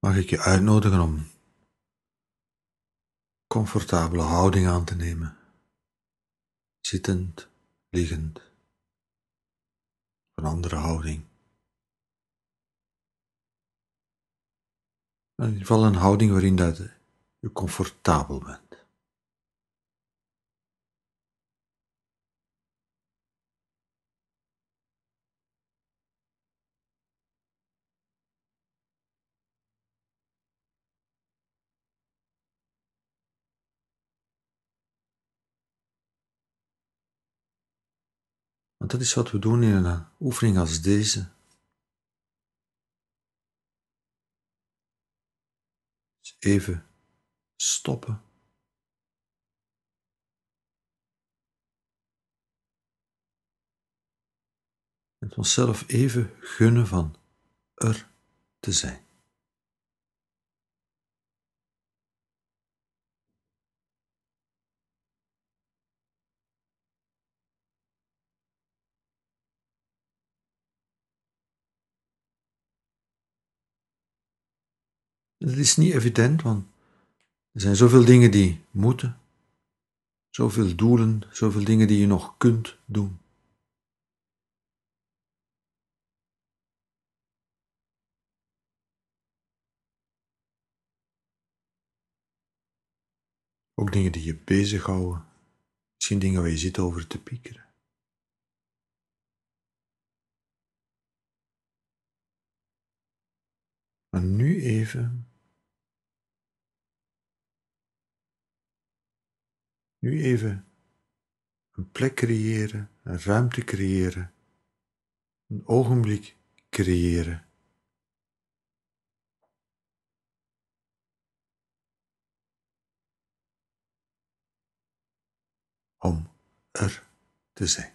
mag ik je uitnodigen om comfortabele houding aan te nemen, zittend, liggend, een andere houding. In ieder geval een houding waarin dat je comfortabel bent. Want dat is wat we doen in een oefening als deze. Dus even stoppen. En onszelf even gunnen van er te zijn. Dat is niet evident, want er zijn zoveel dingen die moeten, zoveel doelen, zoveel dingen die je nog kunt doen. Ook dingen die je bezighouden, misschien dingen waar je zit over te piekeren. Maar nu even een plek creëren, een ruimte creëren, een ogenblik creëren. Om er te zijn.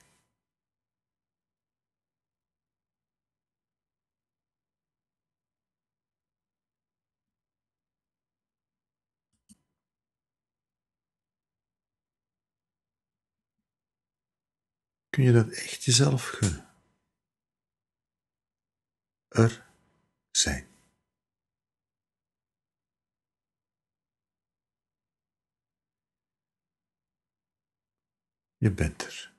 Kun je dat echt jezelf gunnen? Er zijn. Je bent er.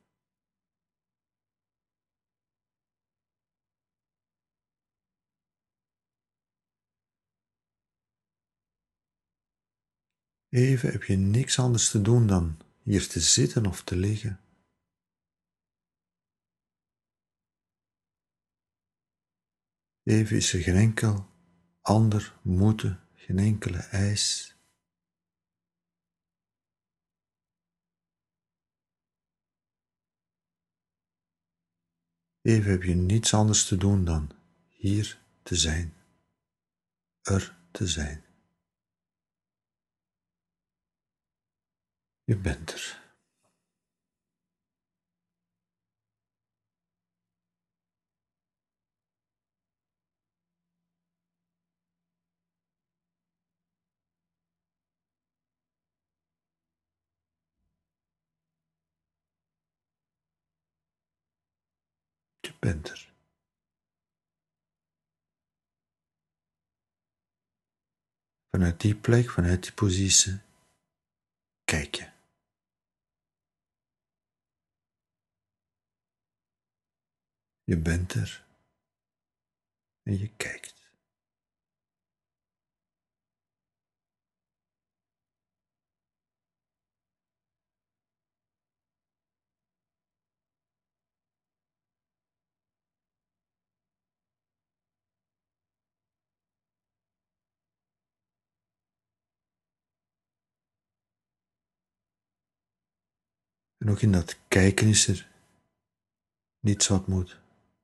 Even heb je niks anders te doen dan hier te zitten of te liggen. Even is er geen enkel ander moeten, geen enkele eis. Even heb je niets anders te doen dan hier te zijn, er te zijn. Je bent er. Je bent er. Vanuit die plek, vanuit die positie, kijk je. Je bent er en je kijkt. En ook in dat kijken is er niets wat moet.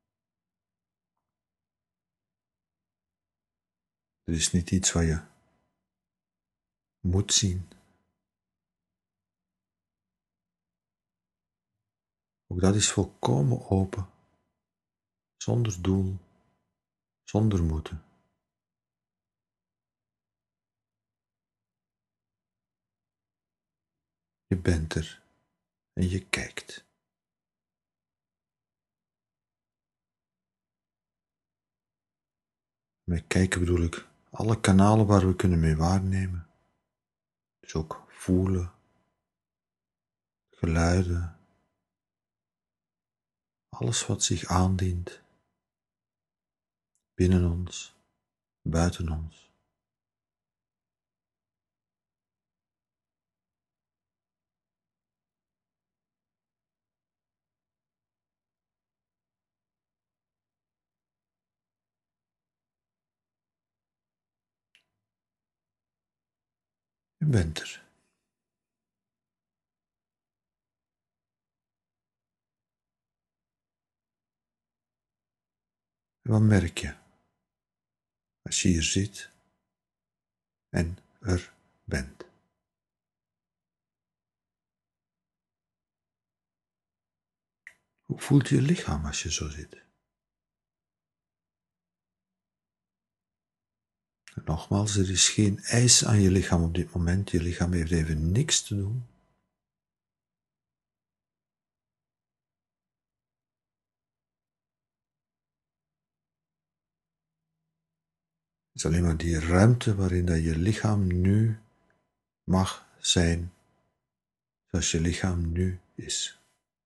Er is niet iets wat je moet zien. Ook dat is volkomen open, zonder doel, zonder moeten. Je bent er en je kijkt. Met kijken bedoel ik alle kanalen waar we kunnen mee waarnemen. Dus ook voelen, geluiden, alles wat zich aandient, binnen ons, buiten ons. Je bent er. En wat merk je als je hier zit en er bent? Hoe voelt je lichaam als je zo zit? En nogmaals, er is geen eis aan je lichaam op dit moment. Je lichaam heeft even niks te doen. Het is alleen maar die ruimte waarin dat je lichaam nu mag zijn, zoals je lichaam nu is.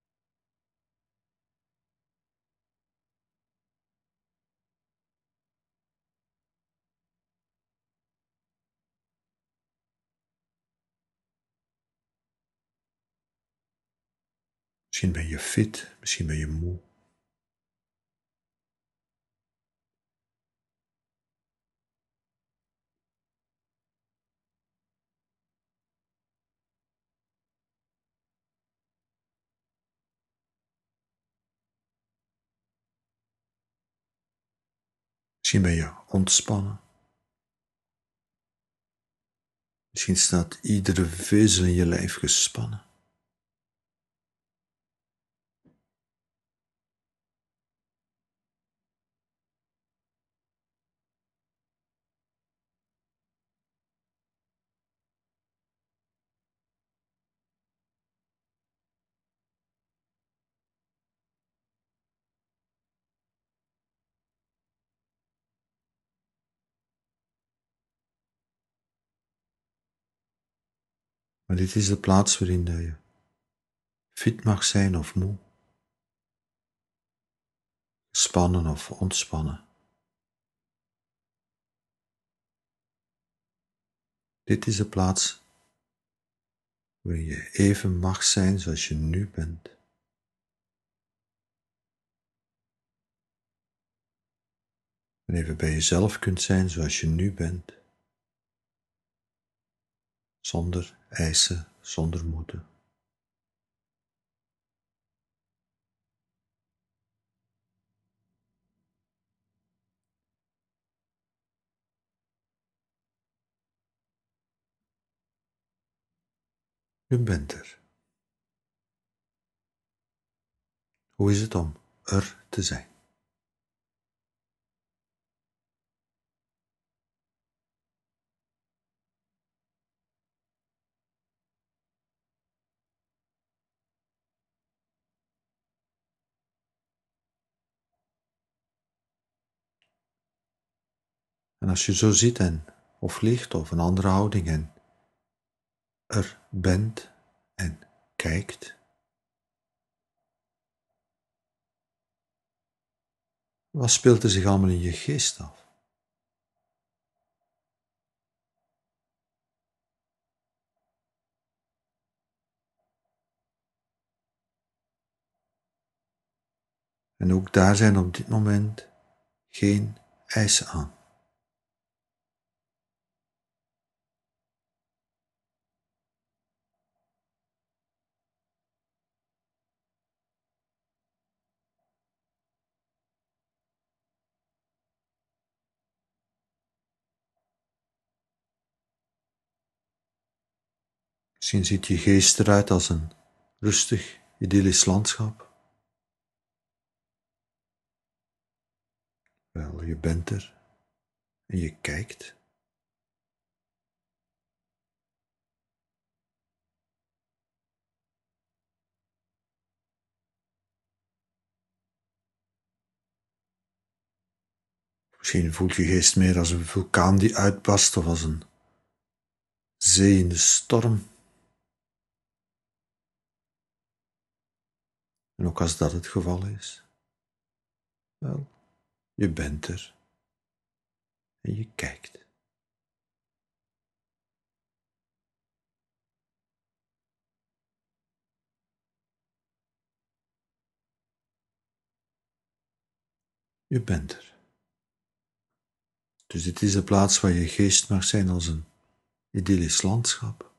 Misschien ben je fit, misschien ben je moe. Misschien ben je ontspannen. Misschien staat iedere vezel in je lijf gespannen. Maar dit is de plaats waarin je fit mag zijn of moe, gespannen of ontspannen. Dit is de plaats waarin je even mag zijn zoals je nu bent. En even bij jezelf kunt zijn zoals je nu bent. Zonder eisen, zonder moeten. Je bent er. Hoe is het om er te zijn? En als je zo zit of ligt of een andere houding en er bent en kijkt, wat speelt er zich allemaal in je geest af? En ook daar zijn op dit moment geen eisen aan. Misschien ziet je geest eruit als een rustig, idyllisch landschap. Wel, je bent er en je kijkt. Misschien voelt je geest meer als een vulkaan die uitbarst of als een zee in de storm. En ook als dat het geval is, wel, je bent er en je kijkt. Je bent er. Dus dit is de plaats waar je geest mag zijn als een idyllisch landschap.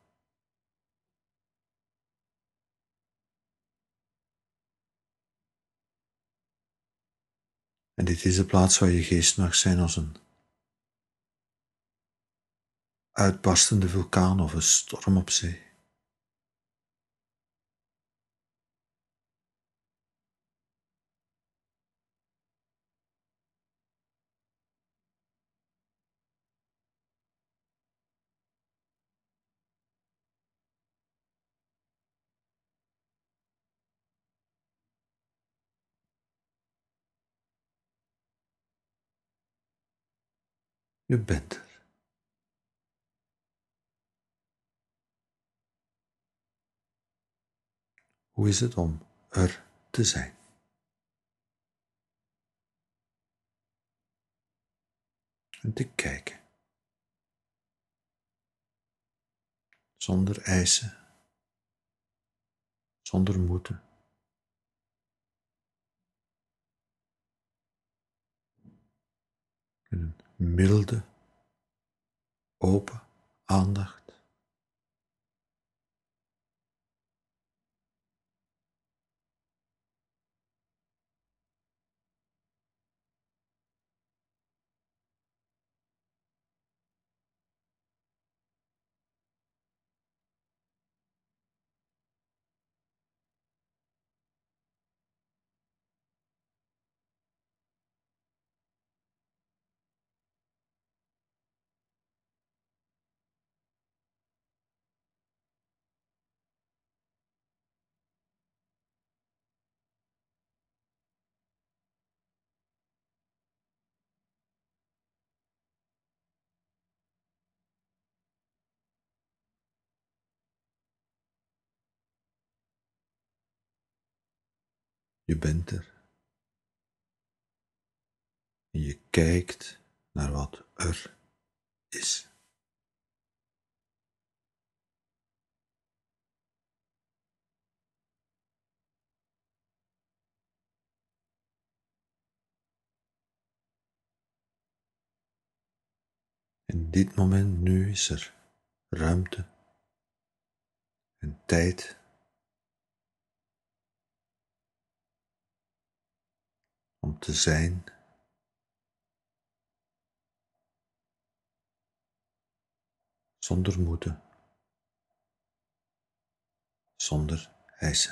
En dit is de plaats waar je geest mag zijn als een uitbarstende vulkaan of een storm op zee. Je bent er. Hoe is het om er te zijn? En te kijken. Zonder eisen. Zonder moeten. Een milde, open aandacht. Je bent er. En je kijkt naar wat er is. In dit moment nu is er ruimte en tijd om te zijn zonder moeten, zonder eisen.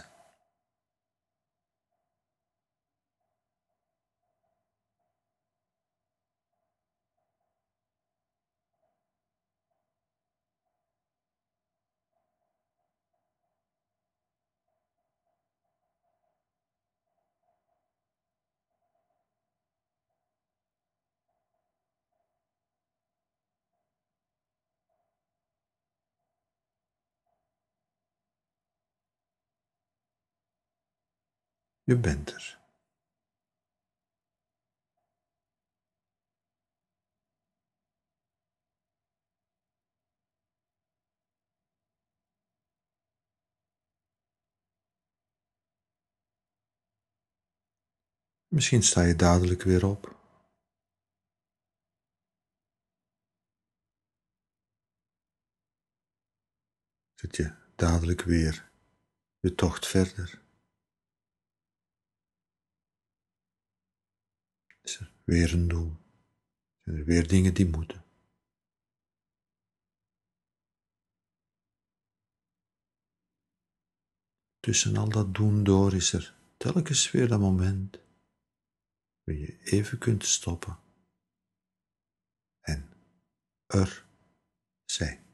Je bent er. Misschien sta je dadelijk weer op. Zet je dadelijk weer je tocht verder. Is er weer een doel? Zijn er weer dingen die moeten? Tussen al dat doen door is er telkens weer dat moment waar je even kunt stoppen en er zijn.